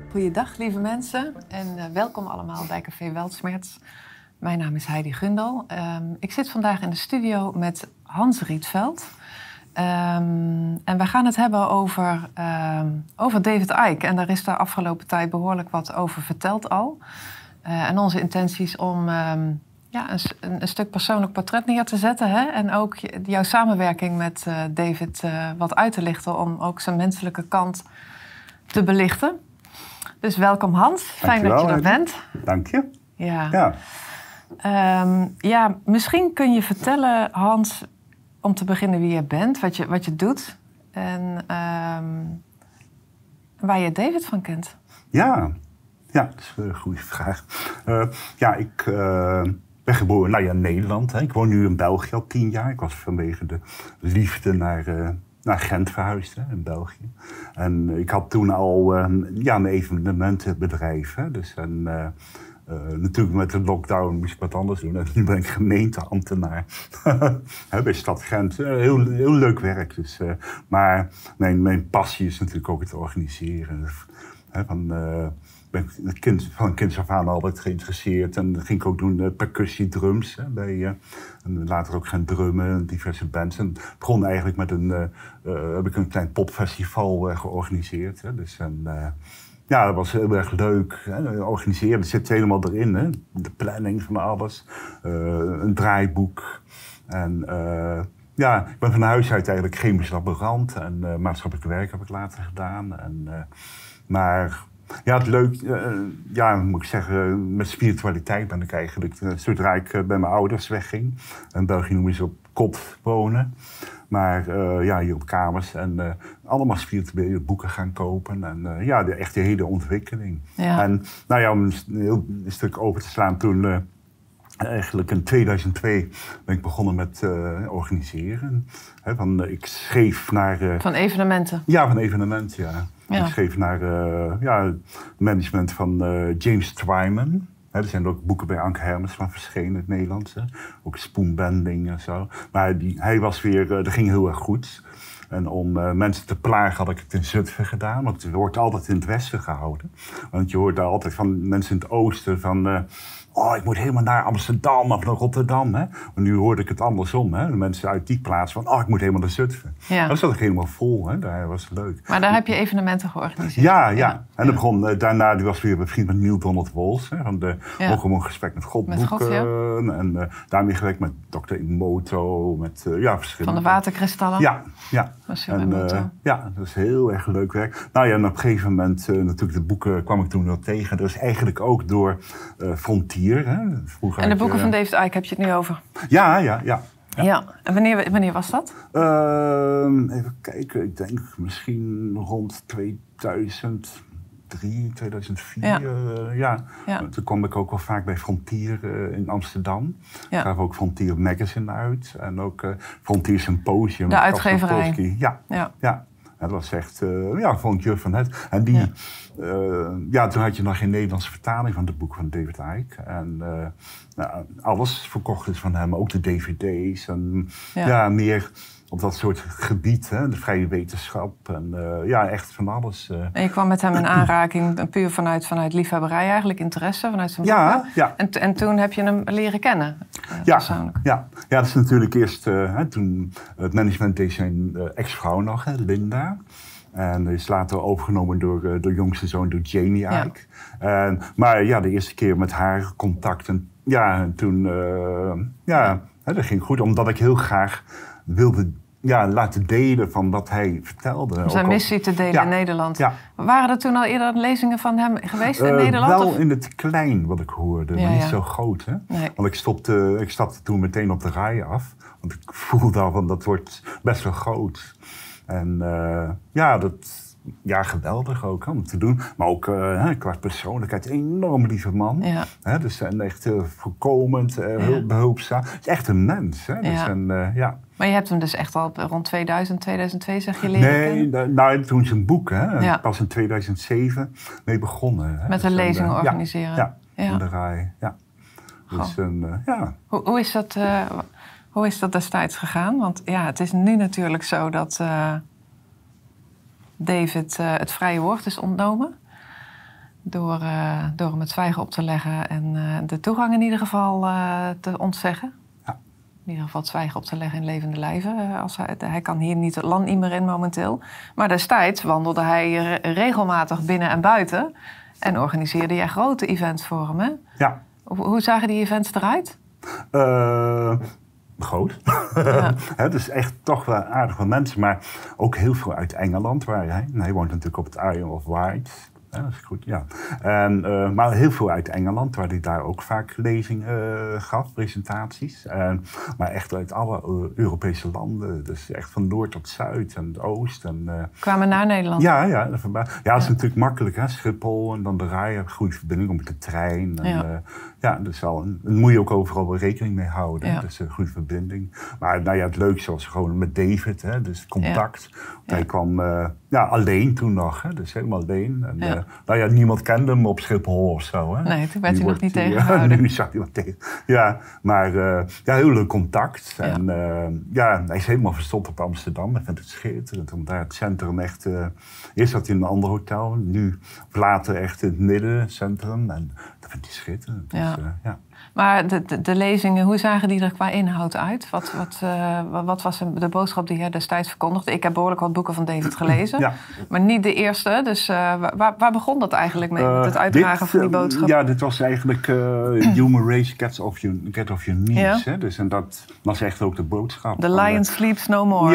Goeiedag, lieve mensen. En welkom allemaal bij Café Weltschmerz. Mijn naam is Heidi Gundel. Ik zit vandaag in de studio met Hans Rietveld. En we gaan het hebben over David Icke. En daar is de afgelopen tijd behoorlijk wat over verteld al. En onze intentie is om een stuk persoonlijk portret neer te zetten. Hè? En ook jouw samenwerking met David wat uit te lichten om ook zijn menselijke kant te belichten. Dus welkom Hans, fijn dat je er bent. Dank je. Ja. Misschien kun je vertellen, Hans, om te beginnen wie je bent, wat je doet en waar je David van kent. Ja, dat is een goede vraag. Ik ben geboren in Nederland. Hè. Ik woon nu in België al 10 jaar. Ik was vanwege de liefde naar Gent verhuisd, hè, in België. En ik had toen al een evenementenbedrijf. Hè. Dus natuurlijk met de lockdown moest ik wat anders doen. En nu ben ik gemeenteambtenaar bij Stad Gent. Heel leuk werk. Dus, maar mijn passie is natuurlijk ook het organiseren. Ik ben van kinds af aan altijd geïnteresseerd. En dat ging ik ook doen percussie, drums. En later ook gaan drummen, diverse bands. En het begon eigenlijk met heb ik een klein popfestival georganiseerd. Hè. Dus, dat was heel erg leuk. Hè. Organiseren, dat zit helemaal erin. Hè. De planning van alles. Een draaiboek. En ik ben van huis uit eigenlijk chemisch laborant. En maatschappelijk werk heb ik later gedaan. Het leuk, moet ik zeggen, met spiritualiteit ben ik eigenlijk, zodra ik bij mijn ouders wegging. In België noemen ze op kot wonen. Maar hier op kamers en allemaal spirituele boeken gaan kopen. En de hele ontwikkeling. Ja. En om een stuk over te slaan toen... Eigenlijk in 2002 ben ik begonnen met organiseren. Ik schreef naar... Van evenementen? Ja, van evenementen, ja. Ik schreef naar management van James Twyman. Er zijn ook boeken bij Anke Hermens van verschenen in het Nederlands. Ook spoonbending en zo. Maar hij was weer... dat ging heel erg goed. En om mensen te plagen had ik het in Zutphen gedaan. Want het wordt altijd in het westen gehouden. Want je hoort daar altijd van mensen in het oosten van... ik moet helemaal naar Amsterdam of naar Rotterdam. Hè? Maar nu hoorde ik het andersom. Hè? De mensen uit die plaats van, ik moet helemaal naar Zutphen. Ja. Dat zat ik helemaal vol. Hè? Daar was het leuk. Maar daar heb je evenementen georganiseerd? Ja. En dan begon, daarna die was weer bevriend met Neil Donald Walls. Hè? Van de Mogen gesprek met God boeken. En daarmee gewerkt met Dr. Emoto. Met verschillende... Van de waterkristallen? Ja. Dat is heel erg leuk werk. En op een gegeven moment, natuurlijk de boeken kwam ik toen nog tegen. Dat is eigenlijk ook door Frontier. Hè? En de boeken van David Icke heb je het nu over? Ja. En wanneer was dat? Even kijken, ik denk misschien rond 2003, 2004. Toen kwam ik ook wel vaak bij Frontier in Amsterdam. Ik gaf ook Frontier Magazine uit. En ook Frontier Symposium. De uitgeverij. Ja. Dat was echt, vond ik van het. En toen had je nog geen Nederlandse vertaling van het boek van David Icke. En alles verkocht is van hem, ook de dvd's. En meer op dat soort gebied, hè, de vrije wetenschap. En echt van alles. En je kwam met hem in aanraking, puur vanuit liefhebberij eigenlijk, interesse, vanuit zijn boeken. Ja. En toen heb je hem leren kennen, persoonlijk. Ja, dat is natuurlijk eerst, toen het management deed zijn ex-vrouw nog, Linda. En is later overgenomen door de jongste zoon, door Jamie Icke. Maar de eerste keer met haar contact. En toen, dat ging goed, omdat ik heel graag wilde laten delen van wat hij vertelde. Om zijn missie te delen in Nederland. Ja. Waren er toen al eerder lezingen van hem geweest in Nederland? Wel in het klein wat ik hoorde, maar niet zo groot. Hè? Nee. Want ik stapte toen meteen op de rij af. Want ik voelde al van dat wordt best wel groot. En geweldig ook om te doen. Maar ook qua persoonlijkheid, enorm lieve man. Ja. Dus echt voorkomend, heel behulpzaam. Het is echt een mens. Hè? Dus Maar je hebt hem dus echt al rond 2002 zeg je leren kennen? Nee, toen zijn boek, hè, pas in 2007 mee begonnen. Hè? Met een lezing organiseren? Ja, in de rij. Ja. Dus, Hoe is dat destijds gegaan? Want het is nu natuurlijk zo dat David het vrije woord is ontnomen. door hem het zwijgen op te leggen en de toegang in ieder geval te ontzeggen. Ja. In ieder geval het zwijgen op te leggen in levende lijven. Hij kan hier niet het land niet meer in momenteel. Maar destijds wandelde hij regelmatig binnen en buiten en organiseerde jij grote events voor hem, hè? Ja. Hoe zagen die events eruit? Groot. Ja. Dus echt toch wel aardige mensen, maar ook heel veel uit Engeland waar hij. Hij woont natuurlijk op het Isle of Wight. Ja, dat is goed, ja. Maar heel veel uit Engeland, waar hij daar ook vaak lezingen gaf, presentaties. Maar echt uit alle Europese landen. Dus echt van noord tot zuid en oost. Kwamen naar Nederland? Ja, dat is natuurlijk makkelijk, hè. Schiphol en dan de Rai, goede verbinding met de trein. Dus moet je ook overal wel rekening mee houden. Ja. Dus een goede verbinding. Maar het leukste was gewoon met David, hè, dus contact. Ja. Hij kwam alleen toen nog, hè, dus helemaal alleen. En, niemand kende hem op Schiphol of zo. Hè. Nee, toen werd hij nog niet tegengehouden. Nu zat hij wat tegen. Ja, maar heel leuk contact. Ja. En hij is helemaal verstopt op Amsterdam. Hij vindt het schitterend om daar het centrum echt... eerst zat hij in een ander hotel, nu later echt in het middencentrum. En dat vindt hij schitterend. Dus, Maar de lezingen, hoe zagen die er qua inhoud uit? Wat was de boodschap die hij destijds verkondigde? Ik heb behoorlijk wat boeken van David gelezen, maar niet de eerste. Dus waar begon dat eigenlijk mee, met het uitdragen van die boodschap? Ja, dit was eigenlijk Human Race Get Off Your Knees. Ja. Hè? Dus, en dat was echt ook de boodschap. The lion sleeps no more.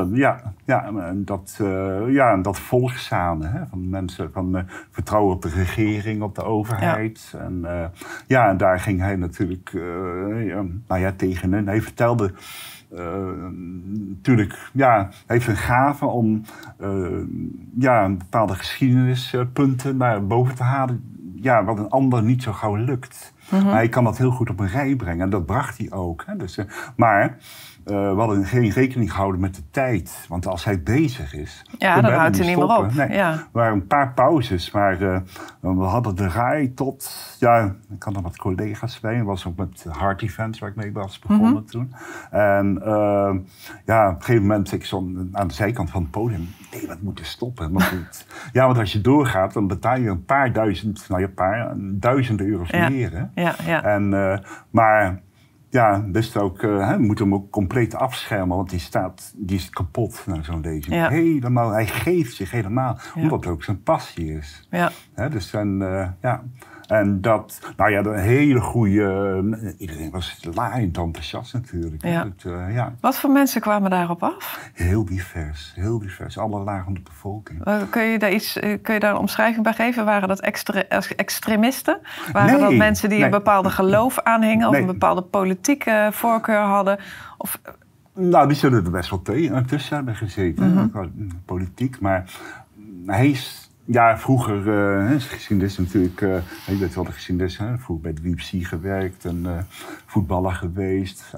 En dat volgzame, hè, van mensen, van vertrouwen op de regering, op de overheid. Ja. En daar ging hij natuurlijk tegen hen. Hij vertelde natuurlijk, hij heeft een gave om bepaalde geschiedenispunten naar boven te halen. Ja, wat een ander niet zo gauw lukt. Mm-hmm. Maar hij kan dat heel goed op een rij brengen. En dat bracht hij ook. Hè. Dus, maar we hadden geen rekening gehouden met de tijd. Want als hij bezig is... Ja, dan houdt hij niet meer op. Nee, er waren een paar pauzes. Maar we hadden de rij tot... Ja, ik had er wat collega's bij. Dat was ook met Heart Events waar ik mee was begonnen toen. En op een gegeven moment ik stond aan de zijkant van het podium. Nee, dat moet stoppen. Want als je doorgaat, dan betaal je een paar duizend... duizenden euro's meer. Hè? Ja. En, maar... Ja, best ook, we moeten hem ook compleet afschermen, want die is kapot naar zo'n lezing. Ja. Helemaal, hij geeft zich helemaal, omdat het ook zijn passie is. Ja. Dus en dat, een hele goede, iedereen was laaiend enthousiast natuurlijk. Ja. Wat voor mensen kwamen daarop af? Heel divers, alle lagen van de bevolking. Kun je daar een omschrijving bij geven? Waren dat extremisten? Waren dat mensen die een bepaalde geloof aanhingen of een bepaalde politieke voorkeur hadden? Of... Nou, die zullen er best wel tussen hebben gezeten, politiek, maar hij is... Ja, vroeger, geschiedenis natuurlijk, je weet wel de geschiedenis, vroeger bij de BBC gewerkt en voetballer geweest.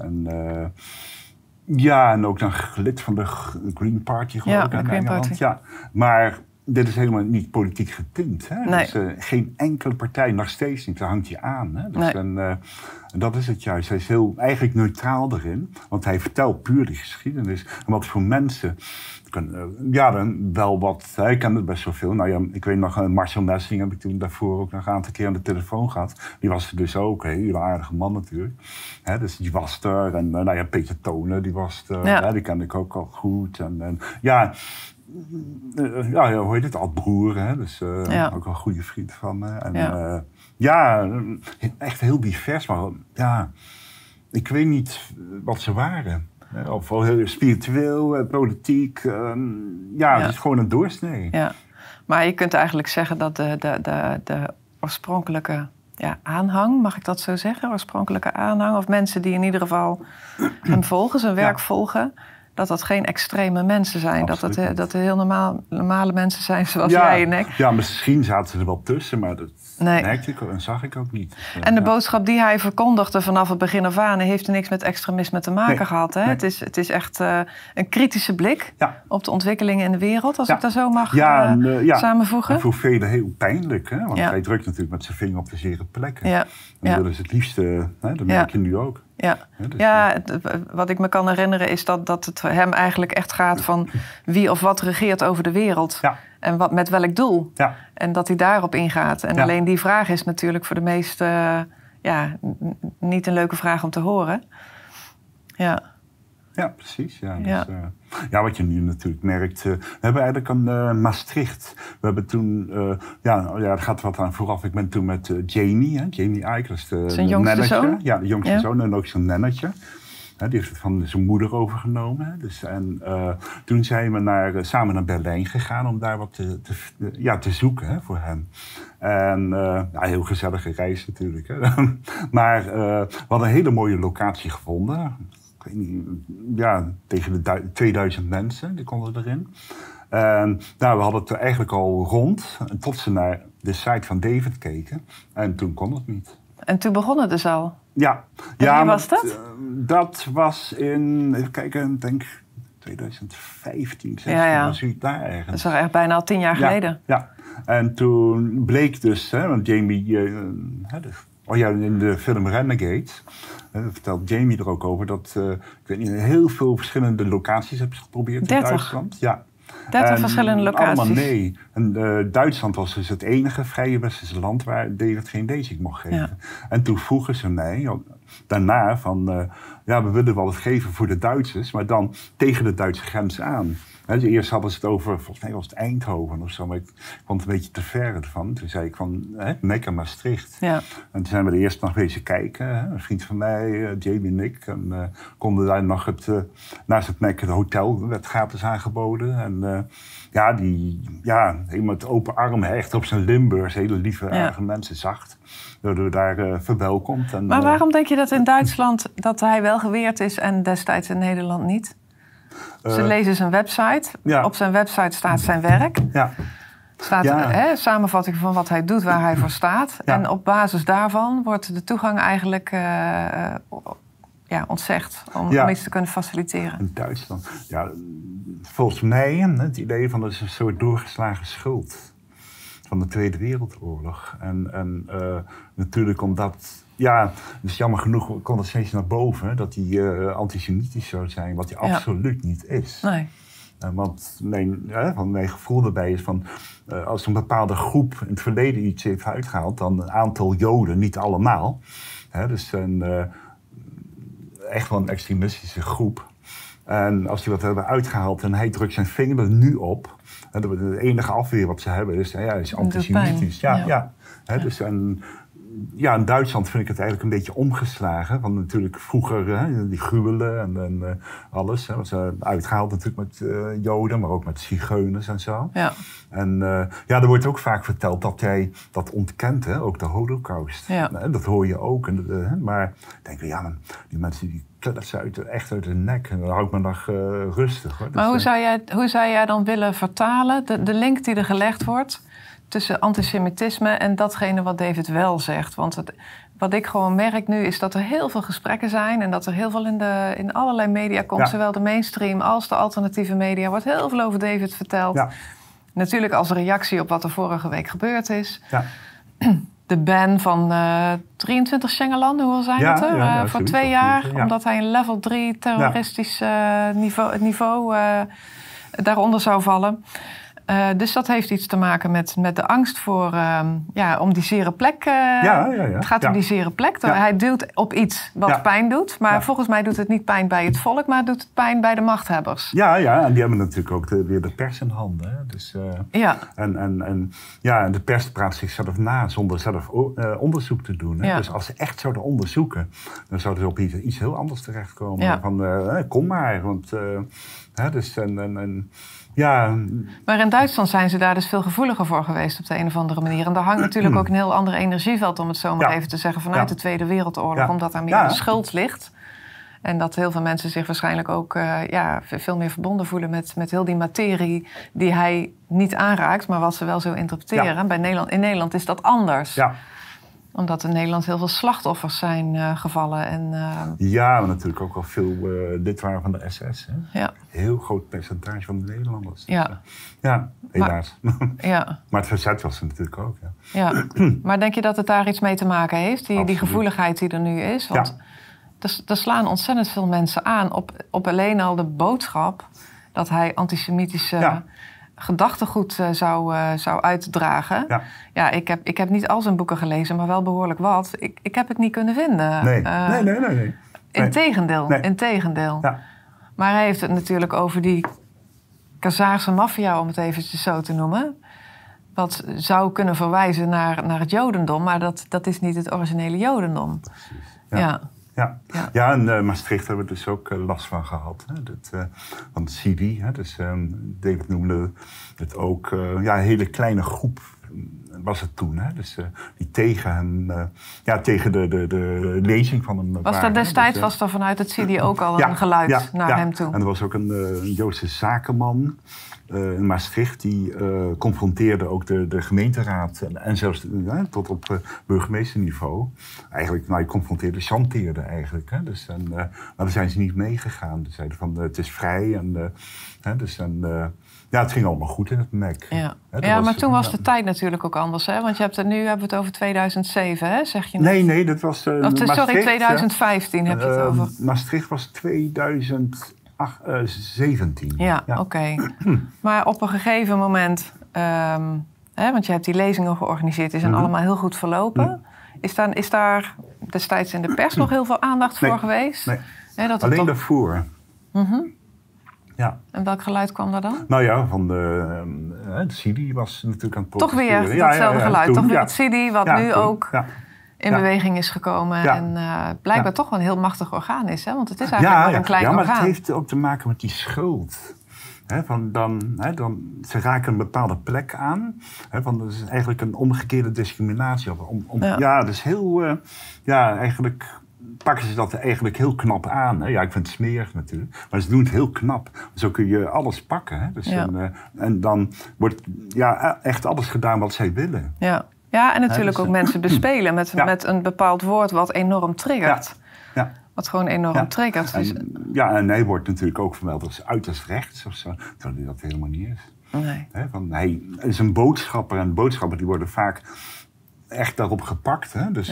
En ook nog lid van de Green Party geloof ik in Engeland. Ja, maar dit is helemaal niet politiek getint. Hè? Nee. Dus, geen enkele partij, nog steeds niet, daar hangt hij aan. Hè? Dus, en dat is het juist. Hij is eigenlijk neutraal erin, want hij vertelt puur de geschiedenis. En wat voor mensen... dan wel wat. Hij kende best wel veel. Ik weet nog, Marcel Messing heb ik toen daarvoor ook nog een aantal keer aan de telefoon gehad. Die was er dus ook. Een hele aardige man natuurlijk. Dus die was er. En Peter Tonen, die was er. Ja. Die kende ik ook al goed. Hoe heet het? Ad Broer. Dus ook wel een goede vriend van me. En, echt heel divers. Maar ik weet niet wat ze waren. Of heel spiritueel, politiek. Het is gewoon een doorsnee. Ja. Maar je kunt eigenlijk zeggen dat de oorspronkelijke aanhang, mag ik dat zo zeggen? Oorspronkelijke aanhang, of mensen die in ieder geval hem volgen, zijn werk volgen, dat geen extreme mensen zijn. Dat er heel normale mensen zijn zoals jij en ik. Ja, misschien zaten ze er wel tussen, maar dat merkte ik en zag ik ook niet. En de boodschap die hij verkondigde vanaf het begin af aan heeft er niks met extremisme te maken gehad. Hè? Nee. Het is echt een kritische blik op de ontwikkelingen in de wereld, als ik dat zo mag samenvoegen. En voor velen heel pijnlijk, hè? Want hij drukt natuurlijk met zijn vinger op de zere plekken. Ja. En dat is het liefste, dat merk je nu ook. Ja, wat ik me kan herinneren is dat het hem eigenlijk echt gaat van wie of wat regeert over de wereld. Ja. En met welk doel. Ja. En dat hij daarop ingaat. En alleen die vraag is natuurlijk voor de meesten niet een leuke vraag om te horen. Ja. Ja, precies. Ja, dus, wat je nu natuurlijk merkt. We hebben eigenlijk een Maastricht. We hebben toen... er gaat wat aan vooraf. Ik ben toen met Jamie Eickels, zijn jongste zoon? Ja, de jongste zoon en ook zijn nannetje. Die heeft het van zijn moeder overgenomen. Dus, toen zijn we samen naar Berlijn gegaan om daar wat te zoeken voor hem. En een heel gezellige reis natuurlijk. Hè. Maar we hadden een hele mooie locatie gevonden. Ik weet niet, tegen de 2000 mensen, die konden erin. En we hadden het eigenlijk al rond, tot ze naar de site van David keken. En toen kon het niet. En toen begon het dus al? Ja. En wie was dat? Dat was in, even kijken, ik denk 2015, 16, was u daar ergens. Dat is al echt bijna al 10 jaar geleden. Ja, en toen bleek dus, want Jamie... in de film Renegade vertelt Jamie er ook over dat ik weet niet, heel veel verschillende locaties hebben geprobeerd 30. in Duitsland. Ja. 30 verschillende locaties. Allemaal nee. En Duitsland was dus het enige vrije westerse land waar David geen lezing mocht geven. Ja. En toen vroegen ze mij daarna van, we willen wel het geven voor de Duitsers, maar dan tegen de Duitse grens aan. Dus eerst hadden ze het over, volgens mij was het Eindhoven of zo, maar ik vond het een beetje te ver ervan. Toen zei ik van, Nek en Maastricht. Ja. En toen zijn we de eerste nacht bezig kijken. Een vriend van mij, Jamie en ik, en konden daar nog naast het Nek het hotel werd gratis aangeboden. En helemaal met open armen, echt op zijn Limburgs, hele lieve, aardige mensen, zacht. Worden we daar verwelkomd. En, maar waarom denk je dat in Duitsland dat hij wel geweerd is en destijds in Nederland niet? Ze lezen zijn website. Ja. Op zijn website staat zijn werk. Ja. Staat samenvatting van wat hij doet, waar hij voor staat. Ja. En op basis daarvan wordt de toegang eigenlijk ontzegd om iets te kunnen faciliteren. In Duitsland. Ja, volgens mij het idee van dat is een soort doorgeslagen schuld van de Tweede Wereldoorlog. En natuurlijk omdat... Ja, dus jammer genoeg kwam het steeds naar boven dat hij antisemitisch zou zijn, wat hij absoluut niet is. Nee. Want mijn gevoel daarbij is van, als een bepaalde groep in het verleden iets heeft uitgehaald, dan een aantal Joden, niet allemaal. Dus echt wel een extremistische groep. En als die wat hebben uitgehaald en hij drukt zijn vinger er nu op, de enige afweer wat ze hebben is, hij is antisemitisch. Dus in Duitsland vind ik het eigenlijk een beetje omgeslagen. Want natuurlijk vroeger die gruwelen en alles. Wat ze uitgehaald natuurlijk met Joden, maar ook met zigeuners en zo. Ja. En er wordt ook vaak verteld dat hij dat ontkent, ook de Holocaust. Ja. Dat hoor je ook. Maar ik denk, die mensen die kletteren echt uit de nek. En dan hou ik me nog rustig. Hoor. Maar hoe zou jij dan willen vertalen, de link die er gelegd wordt tussen antisemitisme en datgene wat David wel zegt? Want wat ik gewoon merk nu is dat er heel veel gesprekken zijn en dat er heel veel in allerlei media komt, zowel de mainstream als de alternatieve media, wordt heel veel over David verteld. Ja. Natuurlijk als reactie op wat er vorige week gebeurd is. Ja. De ban van 23 Schengenlanden, hoe zijn het er? Voor 2 jaar, omdat hij een level 3 terroristisch niveau daaronder zou vallen. Dus dat heeft iets te maken met de angst voor, om die zere plek. Het gaat om die zere plek. Ja. Hij duwt op iets wat pijn doet. Maar volgens mij doet het niet pijn bij het volk, maar doet het pijn bij de machthebbers. En die hebben natuurlijk ook weer de pers in handen. Hè. Dus, en de pers praat zichzelf na zonder zelf onderzoek te doen. Hè. Ja. Dus als ze echt zouden onderzoeken, dan zouden ze op iets heel anders terechtkomen. Ja. Van, kom maar, want... Maar in Duitsland zijn ze daar dus veel gevoeliger voor geweest op de een of andere manier. En daar hangt natuurlijk ook een heel ander energieveld, om het zo maar even te zeggen, vanuit de Tweede Wereldoorlog. Omdat daar meer de schuld ligt. En dat heel veel mensen zich waarschijnlijk ook veel meer verbonden voelen met heel die materie die hij niet aanraakt, maar wat ze wel zo interpreteren. Ja. In Nederland is dat anders. Ja. Omdat in Nederland heel veel slachtoffers zijn gevallen. En, maar natuurlijk ook al veel lid waren van de SS. Hè? Ja. Heel groot percentage van de Nederlanders. Ja, helaas. Maar het verzet was er natuurlijk ook. Ja. Maar denk je dat het daar iets mee te maken heeft? Die gevoeligheid die er nu is? Want er slaan ontzettend veel mensen aan op alleen al de boodschap dat hij antisemitische gedachtegoed zou uitdragen. Ja. Ja, ik heb niet al zijn boeken gelezen, maar wel behoorlijk wat. Ik heb het niet kunnen vinden. Nee. Integendeel. Ja. Maar hij heeft het natuurlijk over die Khazaarse maffia, om het eventjes zo te noemen. Wat zou kunnen verwijzen naar het Jodendom, maar dat is niet het originele Jodendom. Precies. Ja, en Maastricht hebben we dus ook last van gehad. Hè? Van het Sidi. Hè? Dus David noemde het ook een hele kleine groep was het toen. Hè? Dus die tegen hem, tegen de lezing van hem was er destijds was er vanuit het Sidi ook al een geluid naar hem toe? En er was ook een Joodse zakenman in Maastricht, die confronteerde ook de gemeenteraad en zelfs tot op burgemeesterniveau. Eigenlijk, hij confronteerde, chanteerde eigenlijk. Hè? Dus, maar daar zijn ze niet meegegaan. Ze zeiden van het is vrij. Het ging allemaal goed in het MEC. Maar toen was de tijd natuurlijk ook anders. Hè? Want nu hebben we het over 2007, hè? Zeg je net? Nee, dat was sorry, 2015 heb je het over. Maastricht was 2017. Ja. Oké. Maar op een gegeven moment, want je hebt die lezingen georganiseerd, die zijn allemaal heel goed verlopen. Is daar destijds in de pers nog heel veel aandacht voor geweest? Nee, alleen daarvoor. Ja. En welk geluid kwam daar dan? Nou ja, van de Sidi was natuurlijk aan het protesteren. Toch weer datzelfde geluid. Toen, toch weer het Sidi, wat nu ook in beweging is gekomen. Ja. En blijkbaar toch wel een heel machtig orgaan is. Hè? Want het is eigenlijk maar een klein orgaan. Ja, maar het heeft ook te maken met die schuld. Ze raken een bepaalde plek aan. Dat is eigenlijk een omgekeerde discriminatie. Dus heel... eigenlijk pakken ze dat eigenlijk heel knap aan. Hè? Ja, ik vind het smerig natuurlijk. Maar ze doen het heel knap. Zo kun je alles pakken. Hè? Dus en dan wordt echt alles gedaan wat zij willen. Ja, en natuurlijk ook mensen bespelen met een bepaald woord wat enorm triggert. Ja. Wat gewoon enorm triggert. En hij wordt natuurlijk ook vermeld als uiterst rechts of zo. Terwijl hij dat helemaal niet is. Nee. Hij is een boodschapper. En boodschappen die worden vaak echt daarop gepakt. Hè? Dus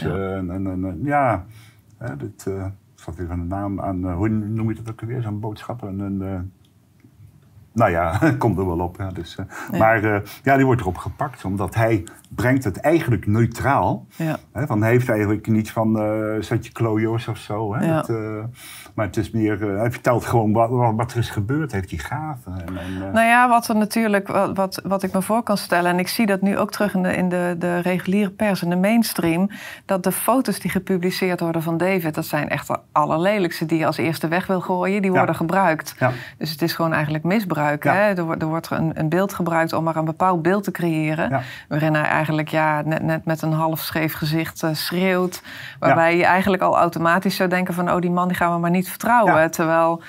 dit staat even een naam aan, hoe noem je dat ook weer? Zo'n boodschapper. Komt er wel op. Ja, dus, Maar die wordt erop gepakt, omdat hij brengt het eigenlijk neutraal. Ja. Hè, hij heeft eigenlijk niets van zet je klojo's of zo. Hè? Ja. Maar het is meer, hij vertelt gewoon wat er is gebeurd, heeft die gaven. Wat er natuurlijk, wat ik me voor kan stellen, en ik zie dat nu ook terug in de reguliere pers, in de mainstream, dat de foto's die gepubliceerd worden van David, dat zijn echt de allerlelijkste die je als eerste weg wil gooien, die worden gebruikt. Ja. Dus het is gewoon eigenlijk misbruik. Ja. Hè? Er wordt een beeld gebruikt om maar een bepaald beeld te creëren, waarin hij eigenlijk net met een half scheef gezicht schreeuwt, waarbij je eigenlijk al automatisch zou denken van die man die gaan we maar niet vertrouwen. Ja. Terwijl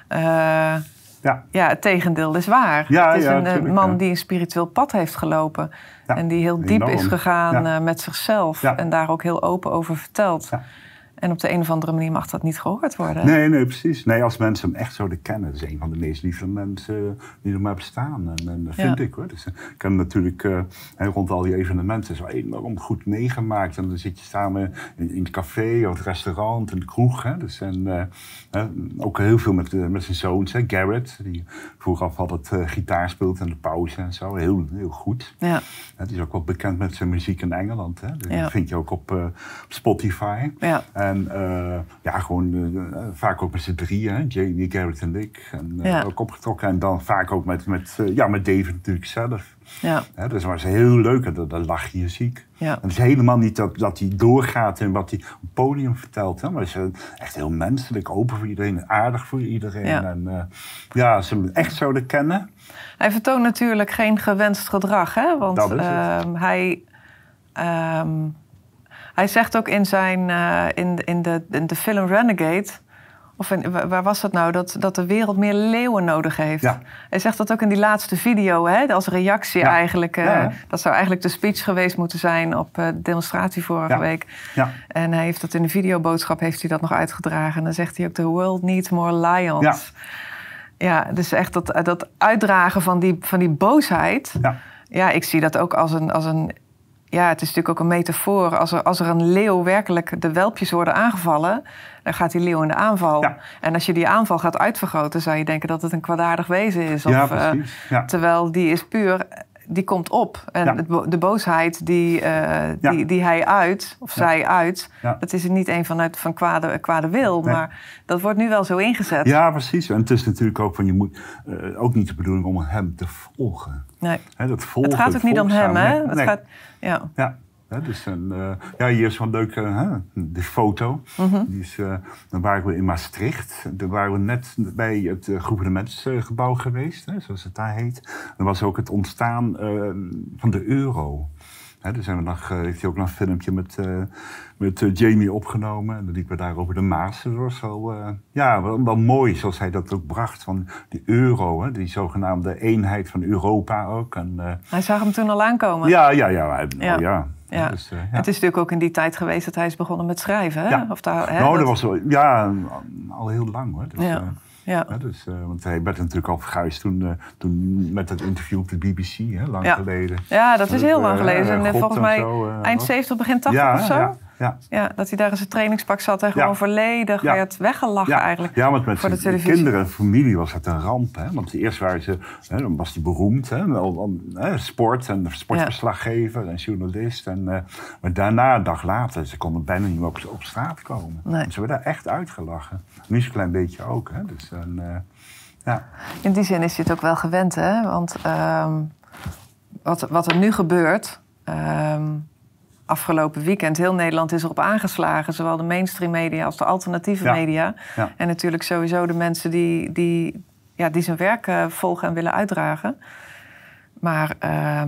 het tegendeel is waar. Ja, het is een man die een spiritueel pad heeft gelopen. Ja. En die heel diep is gegaan met zichzelf. Ja. En daar ook heel open over vertelt. Ja. En op de een of andere manier mag dat niet gehoord worden. Nee, precies. Nee, als mensen hem echt zouden kennen. Dat is een van de meest lieve mensen die er maar bestaan. En dat vind ik hoor. Dus, ik heb natuurlijk rond al die evenementen zo enorm goed meegemaakt. En dan zit je samen in het café of het restaurant en de kroeg. Hè. Dus, ook heel veel met zijn zoons. Hè. Garrett, die vooraf altijd gitaar speelt en de pauze en zo. Heel, heel goed. Ja. Die is ook wel bekend met zijn muziek in Engeland. Hè. Dat vind je ook op Spotify. Ja. En vaak ook met z'n drieën, Jamie, Garrett en ik. En ook opgetrokken. En dan vaak ook met David natuurlijk zelf. Ja. Dus dat was heel leuk. En dan lach je ziek. Ja. En het is helemaal niet dat hij doorgaat in wat hij op het podium vertelt. Hè? Maar het is echt heel menselijk, open voor iedereen, aardig voor iedereen. Ja. En als ze hem echt zouden kennen. Hij vertoont natuurlijk geen gewenst gedrag, hè? Want dat is hij zegt ook in zijn in de film Renegade, of waar was dat nou, dat de wereld meer leeuwen nodig heeft. Ja. Hij zegt dat ook in die laatste video, hè, als reactie eigenlijk. Dat zou eigenlijk de speech geweest moeten zijn op de demonstratie vorige week. Ja. En hij heeft dat in de videoboodschap heeft hij dat nog uitgedragen. En dan zegt hij ook: the world needs more lions. Ja, dus echt dat uitdragen van die boosheid. Ja, ik zie dat ook als een ja, het is natuurlijk ook een metafoor. Als er een leeuw werkelijk de welpjes worden aangevallen, dan gaat die leeuw in de aanval. Ja. En als je die aanval gaat uitvergroten, zou je denken dat het een kwaadaardig wezen is. Ja, precies. Terwijl die is puur, die komt op. En de boosheid die hij uit, of zij uit, dat is er niet een van kwade wil. Nee. Maar dat wordt nu wel zo ingezet. Ja, precies. En het is natuurlijk ook van, je moet ook niet de bedoeling om hem te volgen. Nee. Het gaat ook niet om hem, hè? Nee. Het gaat, ja. Dus hier is wel leuk, de foto. Mm-hmm. Dan waren we in Maastricht. Daar waren we net bij het gouvernementsgebouw geweest, zoals het daar heet. Er was ook het ontstaan van de euro. Dus heeft hij ook nog een filmpje met Jamie opgenomen. En dan liepen we daar over de Maas. Dat was wel mooi, zoals hij dat ook bracht. Van die euro, die zogenaamde eenheid van Europa ook. En, hij zag hem toen al aankomen. Ja. Ja. Dus, het is natuurlijk ook in die tijd geweest dat hij is begonnen met schrijven. Hè? Ja. Dat was al heel lang hoor. Dus, want hij werd natuurlijk al verguisd toen met het interview op de BBC, lang geleden. Ja, dat is heel lang geleden. Volgens mij eind 70, begin 80 of zo. Ja, dat hij daar in zijn trainingspak zat en gewoon volledig werd weggelachen eigenlijk. Ja, want met zijn kinderen en familie was het een ramp. Hè? Want eerst waren ze, dan was hij beroemd, sport en sportverslaggever en journalist. Maar daarna, een dag later, ze konden bijna niet meer op straat komen. Nee. Ze werden daar echt uitgelachen. Nu is een klein beetje ook. Hè? Dus, in die zin is je het ook wel gewend, hè? Want wat er nu gebeurt, afgelopen weekend, heel Nederland is erop aangeslagen. Zowel de mainstream media als de alternatieve media. Ja. En natuurlijk sowieso de mensen die zijn werk volgen en willen uitdragen. Maar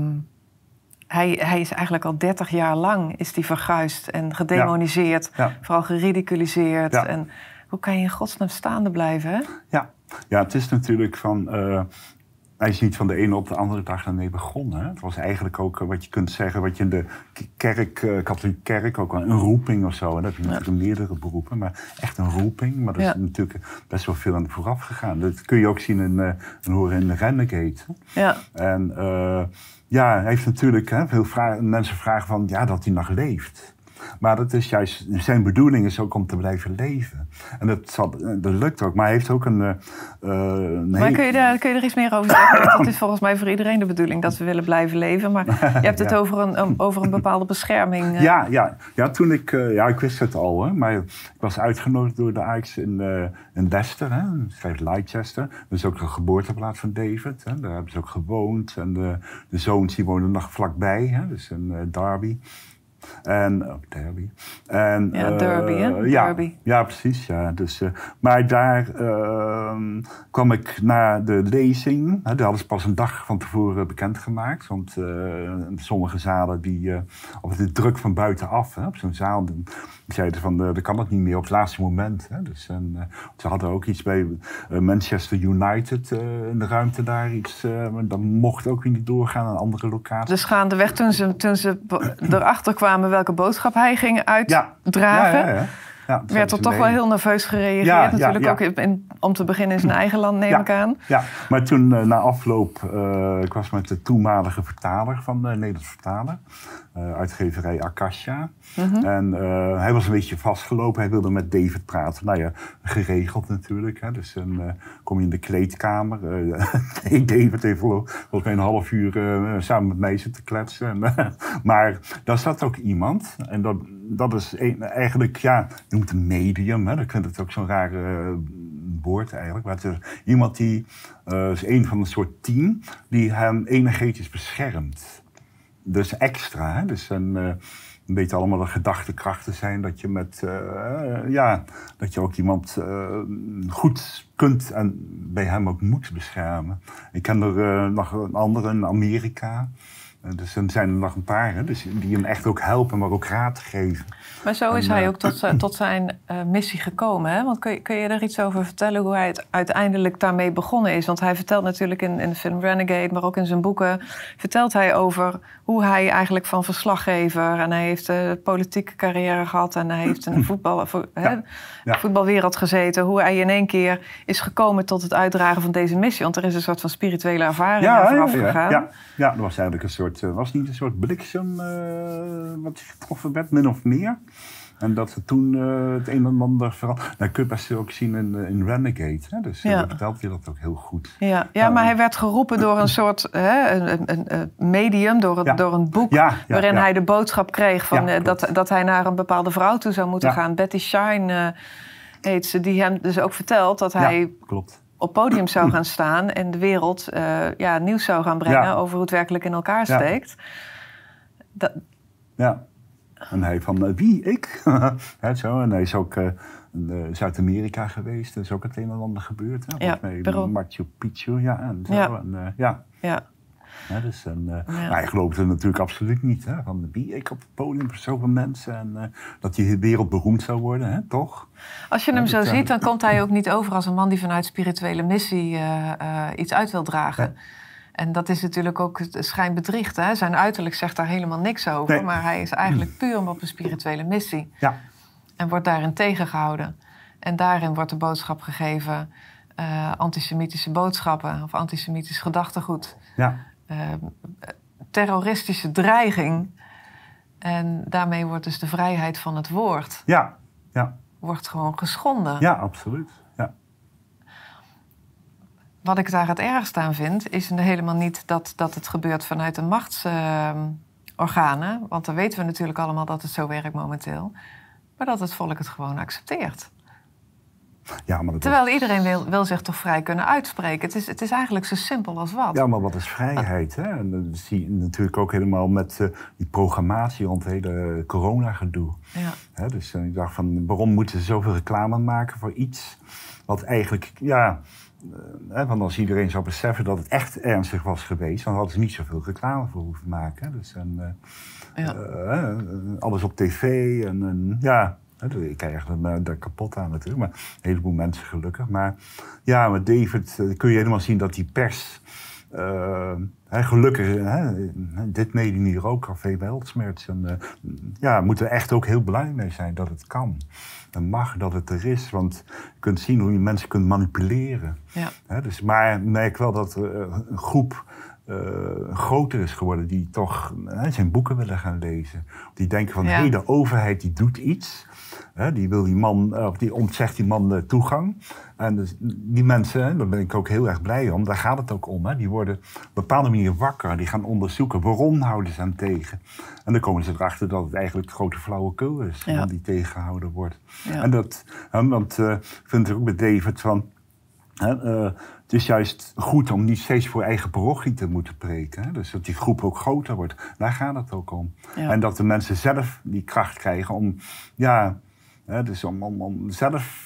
hij is eigenlijk al 30 jaar lang is die verguisd en gedemoniseerd. Ja. Vooral geridiculiseerd. Ja. En hoe kan je in godsnaam staande blijven, hè? Ja, het is natuurlijk van... hij is niet van de ene op de andere dag daarmee begonnen. Hè? Het was eigenlijk ook wat je kunt zeggen, wat je in de katholieke kerk ook wel een roeping of zo. En dat heb je natuurlijk meerdere beroepen, maar echt een roeping. Maar er is natuurlijk best wel veel aan vooraf gegaan. Dat kun je ook zien en horen in de Renegade. Ja. En hij heeft natuurlijk veel mensen vragen van dat hij nog leeft. Maar dat is juist, zijn bedoeling is ook om te blijven leven. En dat lukt ook. Maar hij heeft ook een... maar kun je er iets meer over zeggen? Want het is volgens mij voor iedereen de bedoeling dat we willen blijven leven. Maar je hebt het over een bepaalde bescherming. Ja, toen ik wist het al. Hè, maar ik was uitgenodigd door de Ajax in Leicester. Hè, schrijft Leicester. Dat is ook de geboorteplaats van David. Hè, daar hebben ze ook gewoond. En de zoons die woonden nog vlakbij. Hè, dus in Derby. En ook Derby. En, Derby, hè? Derby. Ja, precies. Ja. Dus, maar daar kwam ik na de lezing. Dat hadden ze pas een dag van tevoren bekendgemaakt. Want sommige zalen, of de druk van buitenaf, op zo'n zaal, zeiden van, dan kan het niet meer op het laatste moment. Hè. Dus, ze hadden ook iets bij Manchester United in de ruimte daar. Dat mocht ook weer niet doorgaan aan andere locaties. Dus gaandeweg toen ze erachter kwamen welke boodschap hij ging uitdragen, werd er toch wel heel nerveus gereageerd. Natuurlijk ook om te beginnen in zijn eigen land, neem ik aan. Ja, maar toen na afloop, ik was met de toenmalige vertaler van de Nederlandse vertaler, uitgeverij Akasha. Mm-hmm. En hij was een beetje vastgelopen. Hij wilde met David praten. Geregeld natuurlijk. Hè. Dus dan kom je in de kleedkamer. David heeft volgens mij een half uur samen met mij zitten kletsen. Maar daar zat ook iemand. En dat is eigenlijk, je noemt een medium. Hè. Ik vind het ook zo'n raar woord eigenlijk. Maar het is iemand die is een van een soort team die hem energetisch beschermt. Dus extra, hè? Dus een beetje allemaal de gedachtekrachten zijn dat je dat je ook iemand goed kunt en bij hem ook moet beschermen. Ik ken er nog een andere in Amerika. Dus er zijn er nog een paar, hè, dus die hem echt ook helpen, maar ook raad geven. Maar zo is hij ook tot zijn missie gekomen. Hè? Want kun je er iets over vertellen hoe hij uiteindelijk daarmee begonnen is? Want hij vertelt natuurlijk in de film Renegade, maar ook in zijn boeken, vertelt hij over hoe hij eigenlijk van verslaggever, en hij heeft een politieke carrière gehad en hij heeft in de voetbalwereld gezeten, hoe hij in één keer is gekomen tot het uitdragen van deze missie. Want er is een soort van spirituele ervaring aan vooraf gegaan. Ja, dat was eigenlijk een soort was niet een soort bliksem wat getroffen werd, min of meer. En dat ze toen het een en ander vooral... Nou, kun je best ook zien in Renegade. Hè? Dus dan vertelt hij dat ook heel goed. Ja, maar hij werd geroepen door een soort een medium, door een boek... waarin hij de boodschap kreeg van, dat hij naar een bepaalde vrouw toe zou moeten gaan. Betty Shine heet ze, die hem dus ook vertelt dat hij... op podium zou gaan staan en de wereld nieuws zou gaan brengen... over hoe het werkelijk in elkaar steekt. En hij van, wie? Ik? Zo. En hij is ook in Zuid-Amerika geweest. Er is ook het een en ander gebeurd. Machu Picchu, en zo. Maar hij geloofde natuurlijk absoluut niet. Hè, van wie? Ik op het podium voor zoveel mensen. En dat die wereld beroemd zou worden, hè, toch? Als je hem zo ziet, dan komt hij ook niet over als een man die vanuit spirituele missie iets uit wil dragen. Ja. En dat is natuurlijk ook het schijnbedriegt. Hè? Zijn uiterlijk zegt daar helemaal niks over. Nee. Maar hij is eigenlijk puur op een spirituele missie. Ja. En wordt daarin tegengehouden. En daarin wordt de boodschap gegeven... antisemitische boodschappen of antisemitisch gedachtegoed. Ja. Terroristische dreiging. En daarmee wordt dus de vrijheid van het woord... wordt gewoon geschonden. Ja, absoluut. Ja. Wat ik daar het ergste aan vind, is helemaal niet dat het gebeurt vanuit de machtsorganen. Want dan weten we natuurlijk allemaal dat het zo werkt momenteel. Maar dat het volk het gewoon accepteert. Ja, maar terwijl iedereen wil zich toch vrij kunnen uitspreken. Het is eigenlijk zo simpel als wat. Ja, maar wat is vrijheid? Hè? En dat zie je natuurlijk ook helemaal met die programmatie rond het hele corona-gedoe. Ja. Hè, dus ik dacht van, waarom moeten ze zoveel reclame maken voor iets wat eigenlijk... want als iedereen zou beseffen dat het echt ernstig was geweest... dan hadden ze niet zoveel reclame voor hoeven maken. Dus alles op tv ik krijg er kapot aan natuurlijk, maar een heleboel mensen gelukkig. Maar met David kun je helemaal zien dat die pers... gelukkig, dit mede hier ook, Café Weltsmerts. Moeten we echt ook heel blij mee zijn dat het kan. En mag, dat het er is. Want je kunt zien hoe je mensen kunt manipuleren. Ja. Maar ik merk wel dat een groep groter is geworden... die toch zijn boeken willen gaan lezen. Die denken van, de overheid die doet iets... die wil die man, of die ontzegt die man toegang. En dus die mensen, daar ben ik ook heel erg blij om, daar gaat het ook om. Die worden op een bepaalde manier wakker, die gaan onderzoeken waarom houden ze hem tegen. En dan komen ze erachter dat het eigenlijk grote flauwekul is, die tegengehouden wordt. Ja. En dat, vind ik ook met David van... het is juist goed om niet steeds voor eigen parochie te moeten preken. Hè? Dus dat die groep ook groter wordt. Daar gaat het ook om. Ja. En dat de mensen zelf die kracht krijgen om... dus om zelf...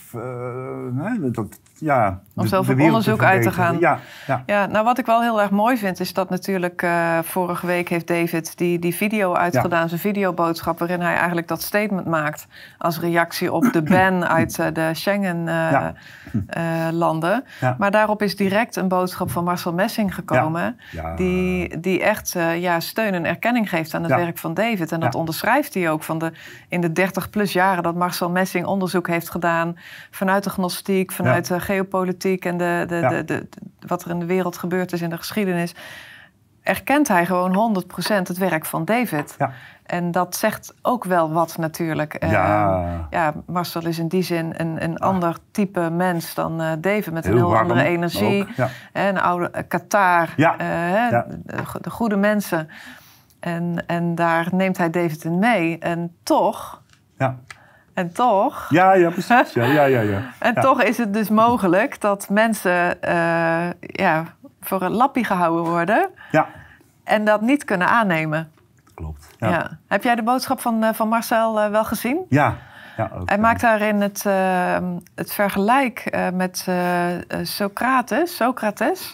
om zelf op onderzoek uit te gaan. Nou, wat ik wel heel erg mooi vind... is dat natuurlijk vorige week heeft David die video uitgedaan... zijn videoboodschap waarin hij eigenlijk dat statement maakt... als reactie op de ban uit de Schengen-landen. Maar daarop is direct een boodschap van Marcel Messing gekomen... Die echt steun en erkenning geeft aan het werk van David. En dat onderschrijft hij ook in de 30+ jaren... dat Marcel Messing onderzoek heeft gedaan... vanuit de gnostiek, vanuit de geopolitiek... en wat er in de wereld gebeurd is in de geschiedenis... erkent hij gewoon 100% het werk van David. Ja. En dat zegt ook wel wat natuurlijk. Marcel is in die zin een ander type mens dan David... met een heel andere energie. Ook, een oude Qatar, de goede mensen. En daar neemt hij David in mee. En toch... En toch... Ja, precies. En toch is het dus mogelijk dat mensen voor een lappie gehouden worden... en dat niet kunnen aannemen. Klopt. Ja. Heb jij de boodschap van Marcel wel gezien? Ja. Hij maakt daarin het vergelijk met Socrates...